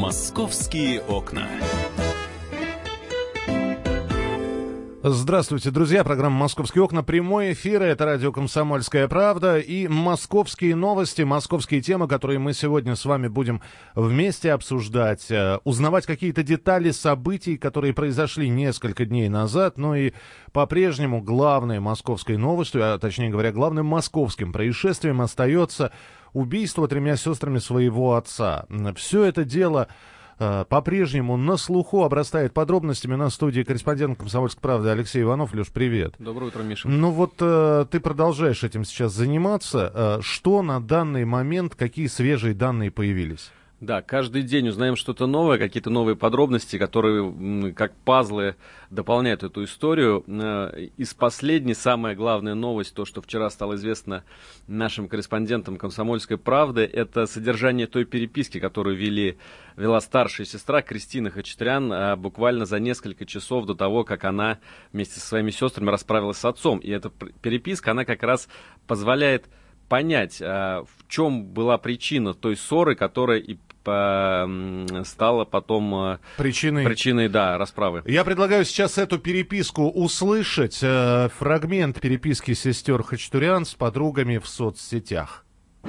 «Московские окна». Здравствуйте, друзья. Программа «Московские окна». Прямой эфир. Это радио «Комсомольская правда» и московские новости, московские темы, которые мы сегодня с вами будем вместе обсуждать, узнавать какие-то детали событий, которые произошли несколько дней назад. Ну и по-прежнему главной московской новостью, а точнее говоря, главным московским происшествием остается убийство 3 сестрами своего отца. Все это дело по-прежнему на слуху, обрастает подробностями. На студии корреспондент «Комсомольской правды» Алексей Иванов. Леш, привет. Доброе утро, Миша. Ну вот ты продолжаешь этим сейчас заниматься. Что на данный момент, какие свежие данные появились? Да, каждый день узнаем что-то новое, какие-то новые подробности, которые как пазлы дополняют эту историю. Из последней, самая главная новость, то, что вчера стало известно нашим корреспондентам «Комсомольской правды», это содержание той переписки, которую вела старшая сестра Кристина Хачатурян буквально за несколько часов до того, как она вместе со своими сестрами расправилась с отцом. И эта переписка, она как раз позволяет понять, в чем была причина той ссоры, которая и стала потом причиной расправы. Я предлагаю сейчас эту переписку услышать. Фрагмент переписки сестер Хачатурян с подругами в соцсетях.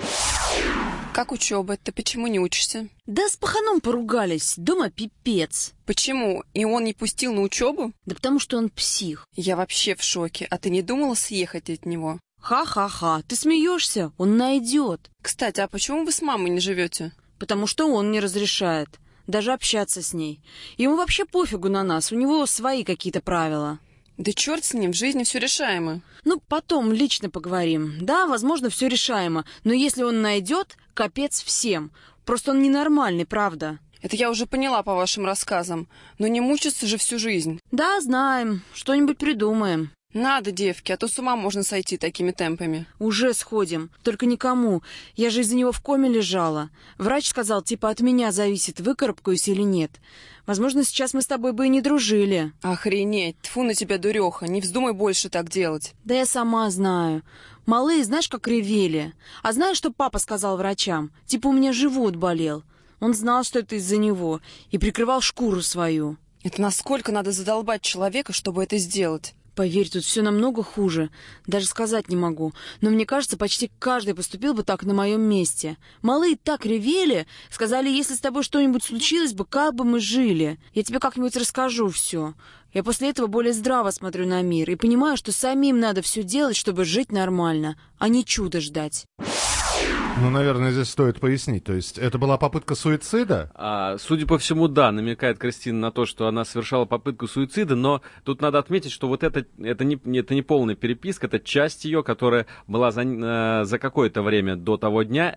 Как учеба? Ты почему не учишься? Да с паханом поругались. Дома пипец. Почему? И он не пустил на учебу? Да потому что он псих. Я вообще в шоке. А ты не думала съехать от него? Ха-ха-ха. Ты смеешься? Он найдет. Кстати, а почему вы с мамой не живете? Потому что он не разрешает. Даже общаться с ней. Ему вообще пофигу на нас. У него свои какие-то правила. Да черт с ним, в жизни все решаемо. Ну, потом лично поговорим. Да, возможно, все решаемо. Но если он найдет, капец всем. Просто он ненормальный, правда. Это я уже поняла по вашим рассказам. Но не мучиться же всю жизнь. Да, знаем. Что-нибудь придумаем. Надо, девки, а то с ума можно сойти такими темпами. Уже сходим. Только никому. Я же из-за него в коме лежала. Врач сказал, типа от меня зависит, выкарабкаюсь или нет. Возможно, сейчас мы с тобой бы и не дружили. Охренеть, тьфу на тебя, дуреха, не вздумай больше так делать. Да я сама знаю. Малые, знаешь, как ревели. А знаешь, что папа сказал врачам? Типа у меня живот болел. Он знал, что это из-за него, и прикрывал шкуру свою. Это насколько надо задолбать человека, чтобы это сделать? Поверь, тут все намного хуже. Даже сказать не могу. Но мне кажется, почти каждый поступил бы так на моем месте. Малые так ревели. Сказали, если с тобой что-нибудь случилось бы, как бы мы жили. Я тебе как-нибудь расскажу все. Я после этого более здраво смотрю на мир и понимаю, что самим надо все делать, чтобы жить нормально, а не чудо ждать. Ну, наверное, здесь стоит пояснить. То есть это была попытка суицида? Судя по всему, да, намекает Кристина на то, что она совершала попытку суицида, но тут надо отметить, что вот это не полная переписка, это часть ее, которая была за какое-то время до того дня.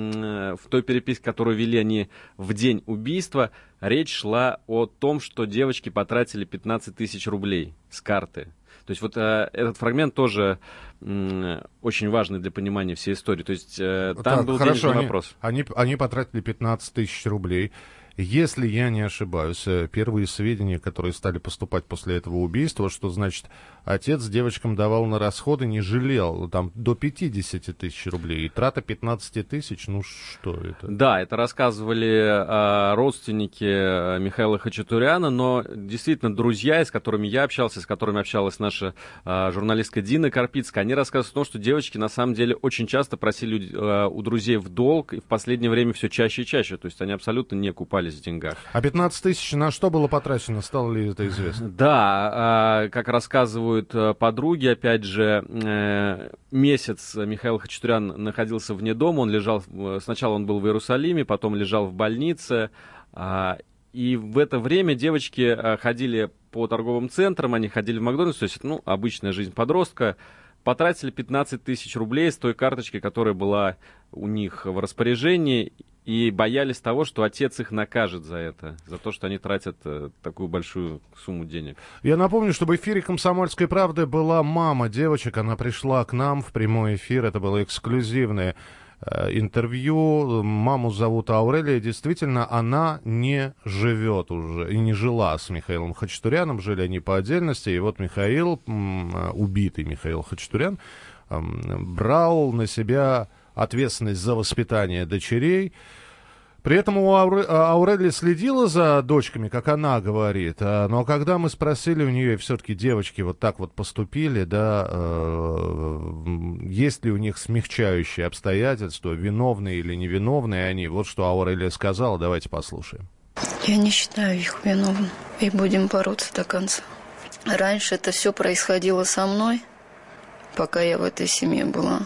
В той переписке, которую вели они в день убийства, речь шла о том, что девочки потратили 15 тысяч рублей с карты. То есть вот этот фрагмент тоже очень важный для понимания всей истории. То есть там был денежный вопрос. Они потратили 15 тысяч рублей. Если я не ошибаюсь, первые сведения, которые стали поступать после этого убийства, что, значит, отец девочкам давал на расходы, не жалел, там, до 50 тысяч рублей. И трата 15 тысяч, ну что это? Да, это рассказывали родственники Михаила Хачатуряна, но действительно друзья, с которыми я общался, с которыми общалась наша журналистка Дина Карпицкая, они рассказывают о том, что девочки на самом деле очень часто просили у друзей в долг, и в последнее время все чаще и чаще. То есть они абсолютно не купались в деньгах. А 15 тысяч на что было потрачено? Стало ли это известно? Да, как рассказывают подруги, опять же, месяц Михаил Хачатурян находился вне дома, сначала он был в Иерусалиме, потом лежал в больнице, и в это время девочки ходили по торговым центрам, они ходили в Макдональдс, то есть, обычная жизнь подростка, потратили 15 тысяч рублей с той карточки, которая была у них в распоряжении, и боялись того, что отец их накажет за это, за то, что они тратят такую большую сумму денег. Я напомню, что в эфире «Комсомольской правды» была мама девочек, она пришла к нам в прямой эфир, это было эксклюзивное интервью. Маму зовут Аурелия, действительно, она не живет уже, и не жила с Михаилом Хачатуряном, жили они по отдельности, и вот Михаил, убитый Михаил Хачатурян, брал на себя ответственность за воспитание дочерей. При этом Аурелия следила за дочками, как она говорит, но когда мы спросили у нее, и все-таки девочки вот так вот поступили, да, есть ли у них смягчающие обстоятельства, виновные или невиновные они, вот что Аурелия сказала, давайте послушаем. Я не считаю их виновными, и будем бороться до конца. Раньше это все происходило со мной, пока я в этой семье была.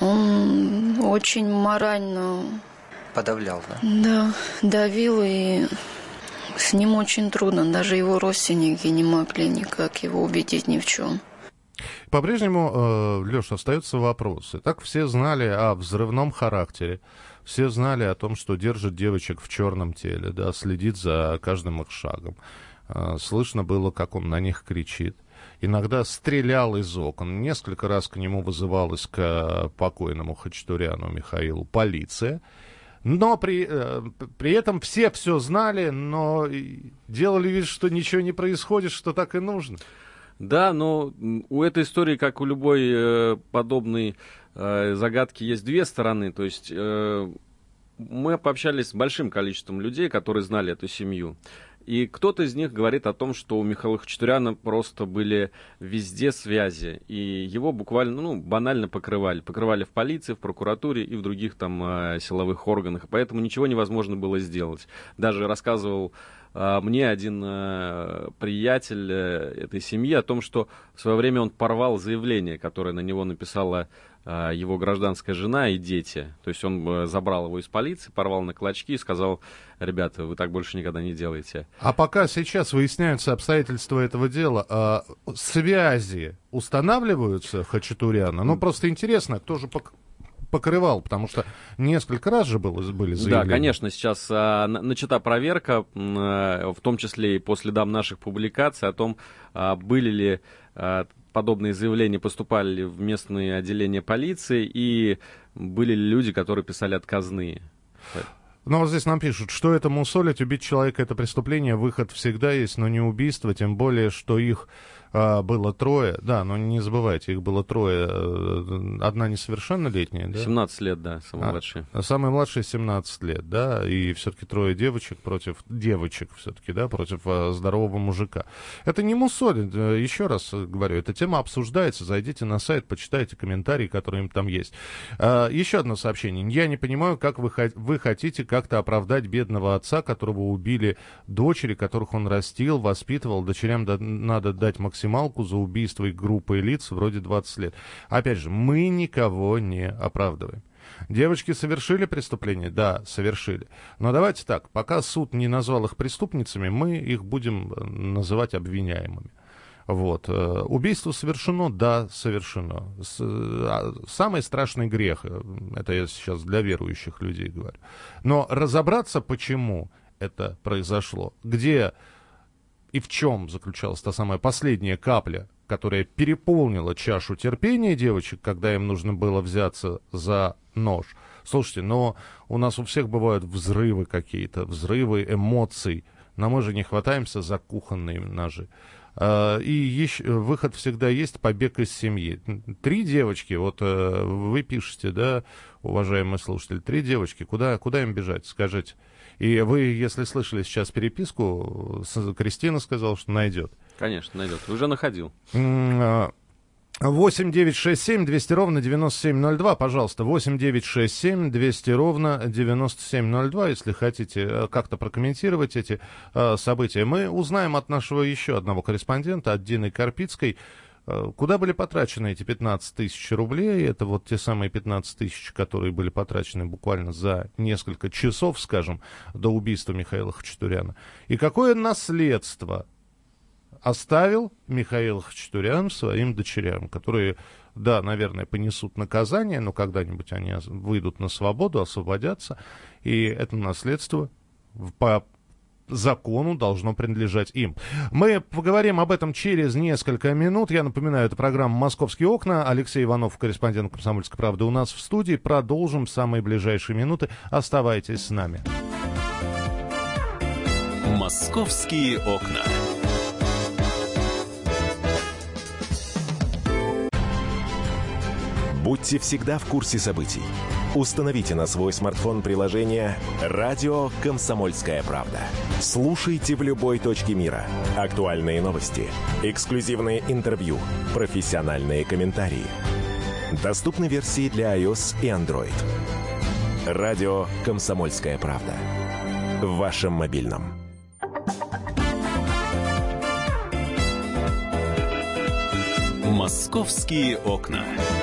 Он очень морально... подавлял, да? Да, давил, и с ним очень трудно. Даже его родственники не могли никак его убедить ни в чем. По-прежнему, Леша, остаются вопросы. Так все знали о взрывном характере, все знали о том, что держит девочек в черном теле, да, следит за каждым их шагом. Слышно было, как он на них кричит. Иногда стрелял из окон. Несколько раз к нему вызывалась, к покойному Хачатуряну Михаилу, полиция. Но при этом все знали, но делали вид, что ничего не происходит, что так и нужно. Да, но у этой истории, как у любой подобной загадки, есть две стороны. То есть мы пообщались с большим количеством людей, которые знали эту семью. И кто-то из них говорит о том, что у Михаила Хачатуряна просто были везде связи, и его буквально, банально покрывали. Покрывали в полиции, в прокуратуре и в других там силовых органах, и поэтому ничего невозможно было сделать. Даже рассказывал мне один приятель этой семьи о том, что в свое время он порвал заявление, которое на него написала его гражданская жена и дети. То есть он забрал его из полиции, порвал на клочки и сказал: ребята, вы так больше никогда не делаете. А пока сейчас выясняются обстоятельства этого дела, связи устанавливаются Хачатуряна? Просто интересно, кто же покрывал, потому что несколько раз же были заявления. Да, конечно, сейчас начата проверка, в том числе и по следам наших публикаций, о том, были ли подобные заявления, поступали ли в местные отделения полиции, и были ли люди, которые писали отказные. Ну, вот здесь нам пишут, что это мусолить, убить человека — это преступление, выход всегда есть, но не убийство, тем более, что их было трое. Да, но не забывайте, их было трое. Одна несовершеннолетняя, да? 17 лет, да, самый младший. Самый младший 17 лет, да, и все-таки трое девочек против девочек все-таки, да, против здорового мужика. Это не мусолит, еще раз говорю, эта тема обсуждается, зайдите на сайт, почитайте комментарии, которые им там есть. Еще одно сообщение. Я не понимаю, как вы хотите как-то оправдать бедного отца, которого убили дочери, которых он растил, воспитывал, дочерям надо дать максималку за убийство их группы лиц вроде 20 лет. Опять же, мы никого не оправдываем. Девочки совершили преступление? Да, совершили. Но давайте так, пока суд не назвал их преступницами, мы их будем называть обвиняемыми. Вот. Убийство совершено? Да, совершено. Самый страшный грех, это я сейчас для верующих людей говорю. Но разобраться, почему это произошло, где и в чем заключалась та самая последняя капля, которая переполнила чашу терпения девочек, когда им нужно было взяться за нож. Слушайте, но у нас у всех бывают взрывы какие-то, взрывы эмоций, но мы же не хватаемся за кухонные ножи. И выход всегда есть — побег из семьи. 3 девочки, вот вы пишете, да, уважаемые слушатели, 3 девочки, куда им бежать, скажите? И вы, если слышали сейчас переписку, Кристина сказала, что найдет. Конечно, найдет. Уже находил. 8-967-200-97-02, пожалуйста, 8-967-200-97-02, если хотите как-то прокомментировать эти события. Мы узнаем от нашего еще одного корреспондента, от Дины Карпицкой, куда были потрачены эти 15 тысяч рублей. Это вот те самые 15 тысяч, которые были потрачены буквально за несколько часов, скажем, до убийства Михаила Хачатуряна. И какое наследство оставил Михаил Хачатурян своим дочерям, которые, да, наверное, понесут наказание, но когда-нибудь они выйдут на свободу, освободятся, и это наследство по закону должно принадлежать им. Мы поговорим об этом через несколько минут. Я напоминаю, это программа «Московские окна». Алексей Иванов, корреспондент «Комсомольской правды», у нас в студии. Продолжим в самые ближайшие минуты. Оставайтесь с нами. «Московские окна». Будьте всегда в курсе событий. Установите на свой смартфон приложение «Радио Комсомольская правда». Слушайте в любой точке мира. Актуальные новости, эксклюзивные интервью, профессиональные комментарии. Доступны версии для iOS и Android. «Радио Комсомольская правда». В вашем мобильном. «Московские окна».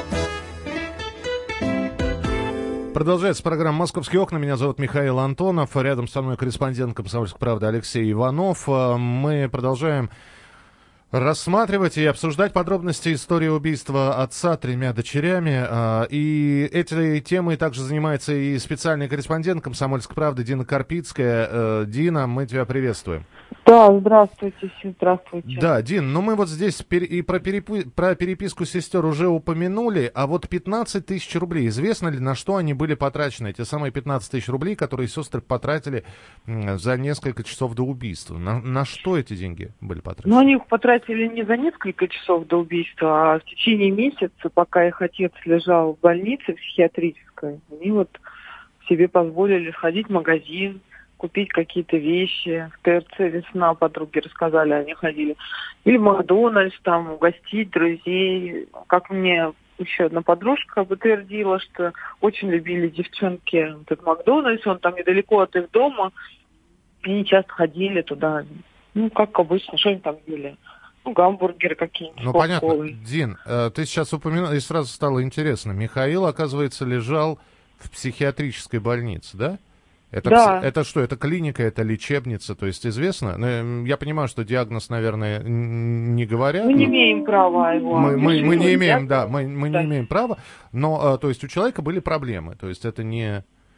Продолжается программа «Московские окна». Меня зовут Михаил Антонов. Рядом со мной корреспондент «Комсомольской правды» Алексей Иванов. Мы продолжаем рассматривать и обсуждать подробности истории убийства отца 3 дочерями. И этой темой также занимается и специальный корреспондент «Комсомольской правды» Дина Карпицкая. Дина, мы тебя приветствуем. Да, здравствуйте, здравствуйте. Да, Дин, ну мы вот здесь и про переписку сестер уже упомянули, а вот 15 тысяч рублей, известно ли, на что они были потрачены? Эти самые 15 тысяч рублей, которые сестры потратили за несколько часов до убийства. На что эти деньги были потрачены? Ну, они их потратили не за несколько часов до убийства, а в течение месяца, пока их отец лежал в больнице психиатрической. Они вот себе позволили сходить в магазин, купить какие-то вещи. В ТРЦ «Весна» подруги рассказали, они ходили. Или в Макдональдс, там, угостить друзей. Как мне еще одна подружка подтвердила, что очень любили девчонки этот Макдональдс, он там недалеко от их дома. И они часто ходили туда. Ну, как обычно, что они там ели? Ну, гамбургеры какие-нибудь. Ну, понятно. Дин, ты сейчас упомянул, и сразу стало интересно. Михаил, оказывается, лежал в психиатрической больнице, да? Это что, это клиника, это лечебница, то есть известно? Я понимаю, что диагноз, наверное, не говорят. Мы не имеем права его. Мы не имеем, да, мы не имеем права, но, то есть у человека были проблемы, то есть это не...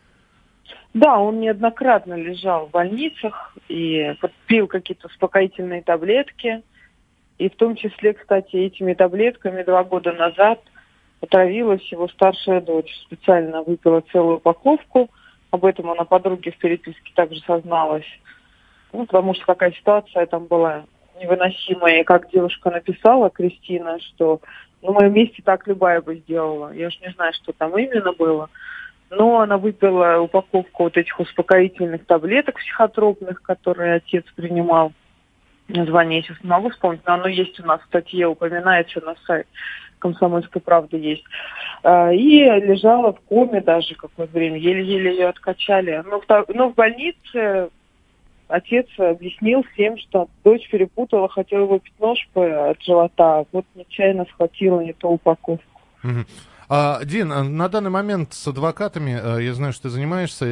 Да, он неоднократно лежал в больницах и пил какие-то успокоительные таблетки, и в том числе, кстати, этими таблетками 2 года назад отравилась его старшая дочь, специально выпила целую упаковку. Об этом она подруге в переписке также созналась. Ну, потому что какая ситуация там была невыносимая. И как девушка написала, Кристина, что на моем месте так любая бы сделала. Я уж не знаю, что там именно было. Но она выпила упаковку вот этих успокоительных таблеток психотропных, которые отец принимал. Название я сейчас не могу вспомнить, но оно есть у нас в статье, упоминается на сайте «Комсомольской правды» есть. И лежала в коме даже какое-то время, еле-еле ее откачали. Но в больнице отец объяснил всем, что дочь перепутала, хотела выпить нож от живота, вот нечаянно схватила не ту упаковку. Дин, на данный момент с адвокатами, я знаю, что ты занимаешься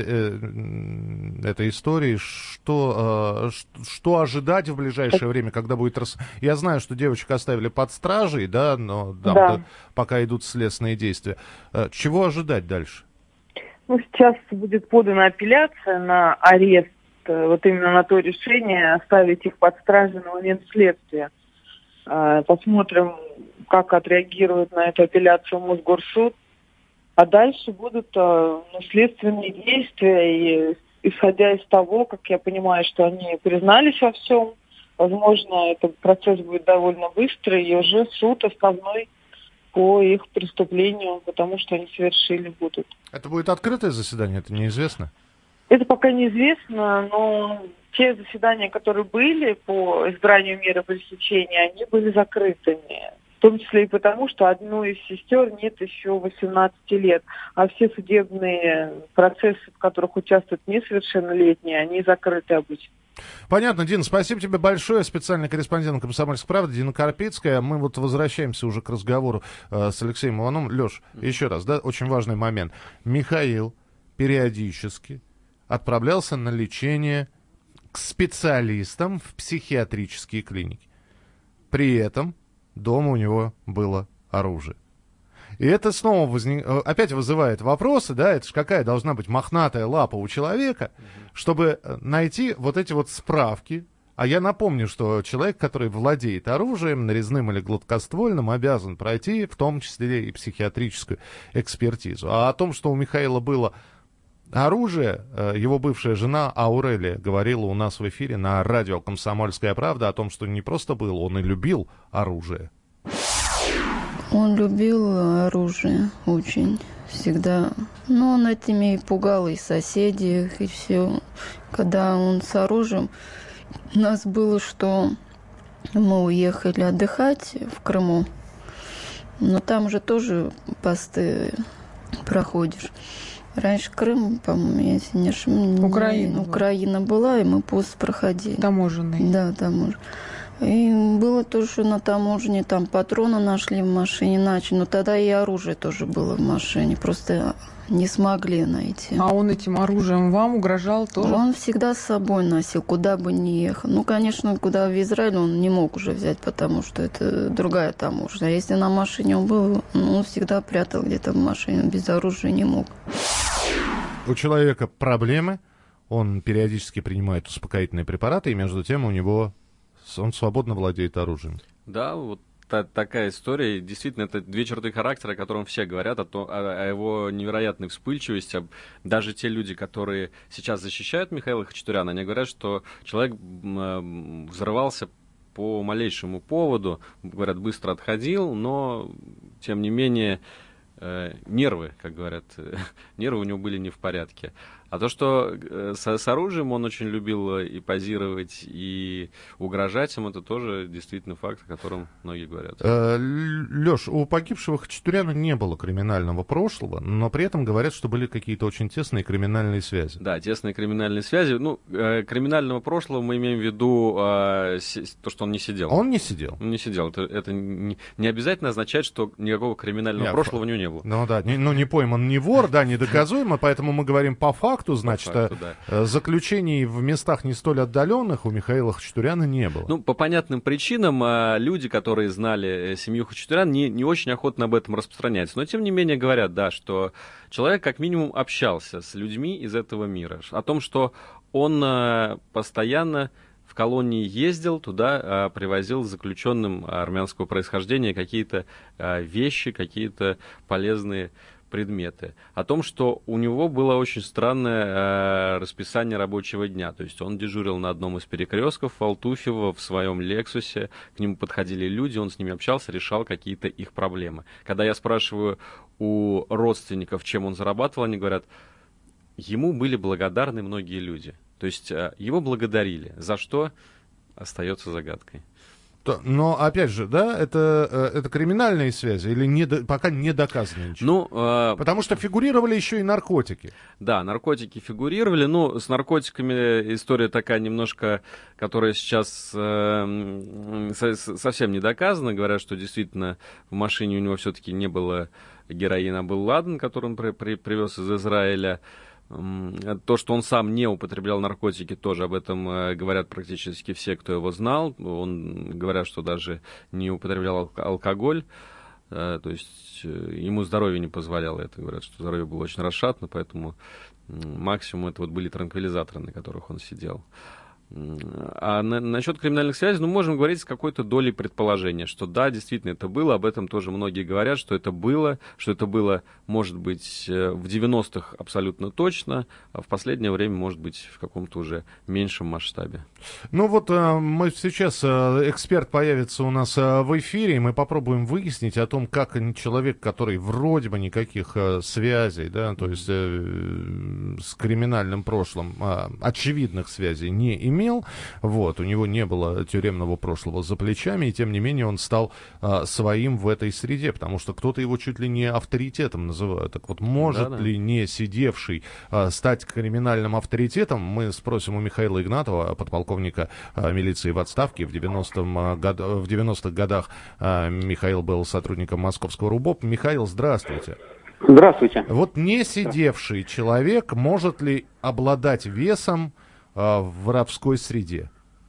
этой историей, что ожидать в ближайшее время, когда будет... Я знаю, что девочек оставили под стражей, да, но пока идут следственные действия. Чего ожидать дальше? Ну, сейчас будет подана апелляция на арест, вот именно на то решение оставить их под стражей на момент следствия. Посмотрим, как отреагирует на эту апелляцию Мосгорсуд. А дальше будут следственные действия. И исходя из того, как я понимаю, что они признались во всем, возможно, этот процесс будет довольно быстрый, и уже суд основной по их преступлению, потому что они совершили, будут. Это будет открытое заседание, это неизвестно? Это пока неизвестно, но те заседания, которые были по избранию меры пресечения, они были закрытыми. В том числе и потому, что одной из сестер нет еще 18 лет. А все судебные процессы, в которых участвуют несовершеннолетние, они закрыты обычно. Понятно, Дина, спасибо тебе большое. Специальный корреспондент «Комсомольской правды» Дина Карпицкая. Мы вот возвращаемся уже к разговору с Алексеем Ивановым. Леш, еще раз, да, очень важный момент. Михаил периодически отправлялся на лечение к специалистам в психиатрические клиники. При этом дома у него было оружие. И это снова опять вызывает вопросы, да, это же какая должна быть мохнатая лапа у человека, чтобы найти вот эти вот справки. А я напомню, что человек, который владеет оружием, нарезным или гладкоствольным, обязан пройти в том числе и психиатрическую экспертизу. А о том, что у Михаила было оружие, его бывшая жена Аурелия говорила у нас в эфире на радио «Комсомольская правда» о том, что не просто было, он и любил оружие. Он любил оружие очень. всегда. Ну, он этими и пугал и соседей, и все. Когда он с оружием, у нас было, что мы уехали отдыхать в Крыму, но там же тоже посты проходишь. Раньше Крым, по-моему, если не ошибаюсь, Украина была, и мы пост проходили. Таможенный. Да, таможенный. И было то, что на таможне там патроны нашли в машине, начали. Но тогда и оружие тоже было в машине. Просто не смогли найти. А он этим оружием вам угрожал тоже? Он всегда с собой носил, куда бы ни ехал. Ну, конечно, куда в Израиль он не мог уже взять, потому что это другая таможня. А если на машине он был, он всегда прятал где-то в машине, без оружия не мог. У человека проблемы, он периодически принимает успокоительные препараты, и между тем он свободно владеет оружием. Да, вот такая история. Действительно, это две черты характера, о котором все говорят, о его невероятной вспыльчивости. Даже те люди, которые сейчас защищают Михаила Хачатуряна, они говорят, что человек взрывался по малейшему поводу, говорят, быстро отходил, но, тем не менее, нервы, как говорят, нервы у него были не в порядке. А то, что с оружием он очень любил и позировать, и угрожать им, это тоже действительно факт, о котором многие говорят. Лёш, у погибшего Хачатуряна не было криминального прошлого, но при этом говорят, что были какие-то очень тесные криминальные связи. Да, тесные криминальные связи. Ну, криминального прошлого мы имеем в виду то, что он не сидел. Он не сидел? Он не сидел. Это не обязательно означает, что никакого криминального прошлого у него не было. Ну да, не пойман, не вор, да, недоказуемо, поэтому мы говорим по факту, значит, да. Заключений в местах не столь отдаленных у Михаила Хачатуряна не было. Ну, по понятным причинам люди, которые знали семью Хачатурян, не очень охотно об этом распространяются. Но, тем не менее, говорят, да, что человек как минимум общался с людьми из этого мира. О том, что он постоянно в колонии ездил, туда привозил заключенным армянского происхождения какие-то вещи, какие-то полезные предметы. О том, что у него было очень странное расписание рабочего дня. То есть он дежурил на одном из перекрестков в Алтуфьево в своем Лексусе. К нему подходили люди, он с ними общался, решал какие-то их проблемы. Когда я спрашиваю у родственников, чем он зарабатывал, они говорят, ему были благодарны многие люди. То есть его благодарили. За что остается загадкой. Но, опять же, да, это криминальные связи или пока не доказано ничего? Ну, потому что фигурировали еще и наркотики. Да, наркотики фигурировали. Ну, с наркотиками история такая немножко, которая сейчас совсем не доказана. Говорят, что действительно в машине у него все-таки не было героина, а был ладан, который он привез из Израиля. То, что он сам не употреблял наркотики, тоже об этом говорят практически все, кто его знал. Говорят, что даже не употреблял алкоголь. То есть ему здоровье не позволяло это. Говорят, что здоровье было очень расшатано, поэтому максимум это вот были транквилизаторы, на которых он сидел. А насчет криминальных связей, можем говорить с какой-то долей предположения, что да, действительно это было, об этом тоже многие говорят, что это было, может быть, в 90-х абсолютно точно, а в последнее время, может быть, в каком-то уже меньшем масштабе. Ну вот мы сейчас, эксперт появится у нас в эфире, и мы попробуем выяснить о том, как человек, который вроде бы никаких связей, да, то есть с криминальным прошлым, очевидных связей не имел, вот, у него не было тюремного прошлого за плечами, и тем не менее он стал своим в этой среде, потому что кто-то его чуть ли не авторитетом называет. Так вот, может ли не сидевший стать криминальным авторитетом? Мы спросим у Михаила Игнатова, подполковника милиции в отставке. В 90-х годах Михаил был сотрудником московского РУБОП. Михаил, здравствуйте. Здравствуйте. Вот не сидевший человек может ли обладать весом в воровской среде?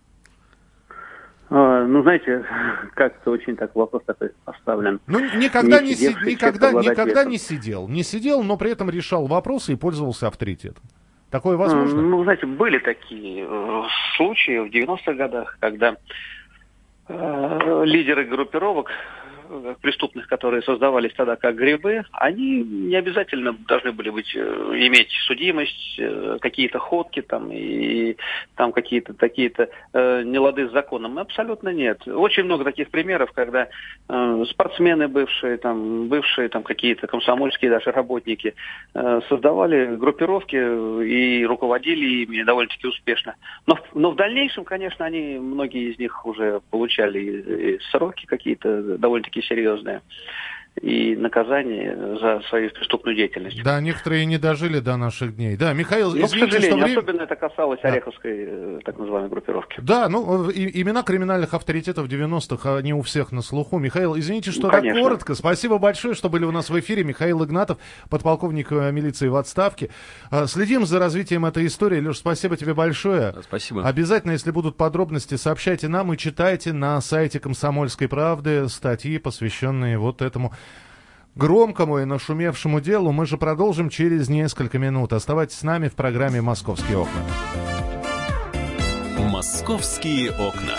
Ну, знаете, как-то очень так вопрос такой поставлен. Ну, никогда не сидел. Не сидел, но при этом решал вопросы и пользовался авторитетом. Такое возможно? Ну, знаете, были такие случаи в 90-х годах, когда лидеры группировок преступных, которые создавались тогда как грибы, они не обязательно должны были иметь судимость, какие-то ходки там и там какие-то такие-то нелады с законом. Абсолютно нет. Очень много таких примеров, когда спортсмены бывшие какие-то комсомольские даже работники создавали группировки и руководили ими довольно-таки успешно. Но в дальнейшем, конечно, многие из них уже получали и сроки какие-то довольно-таки серьезные и наказание за свою преступную деятельность. Да, некоторые не дожили до наших дней. Да, Михаил, извините, к сожалению, что особенно это касалось Ореховской так называемой группировки. Да, имена криминальных авторитетов 90-х, они у всех на слуху. Михаил, извините, что так коротко. Спасибо большое, что были у нас в эфире. Михаил Игнатов, подполковник милиции в отставке. Следим за развитием этой истории. Леш, спасибо тебе большое. Спасибо. Обязательно, если будут подробности, сообщайте нам и читайте на сайте «Комсомольской правды» статьи, посвященные вот этому громкому и нашумевшему делу. Мы же продолжим через несколько минут. Оставайтесь с нами в программе «Московские окна». «Московские окна».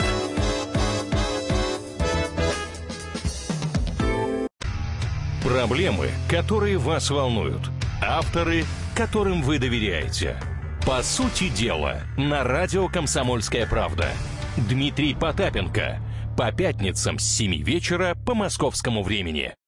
Проблемы, которые вас волнуют. Авторы, которым вы доверяете. По сути дела, на радио «Комсомольская правда». Дмитрий Потапенко. По пятницам с 7 вечера по московскому времени.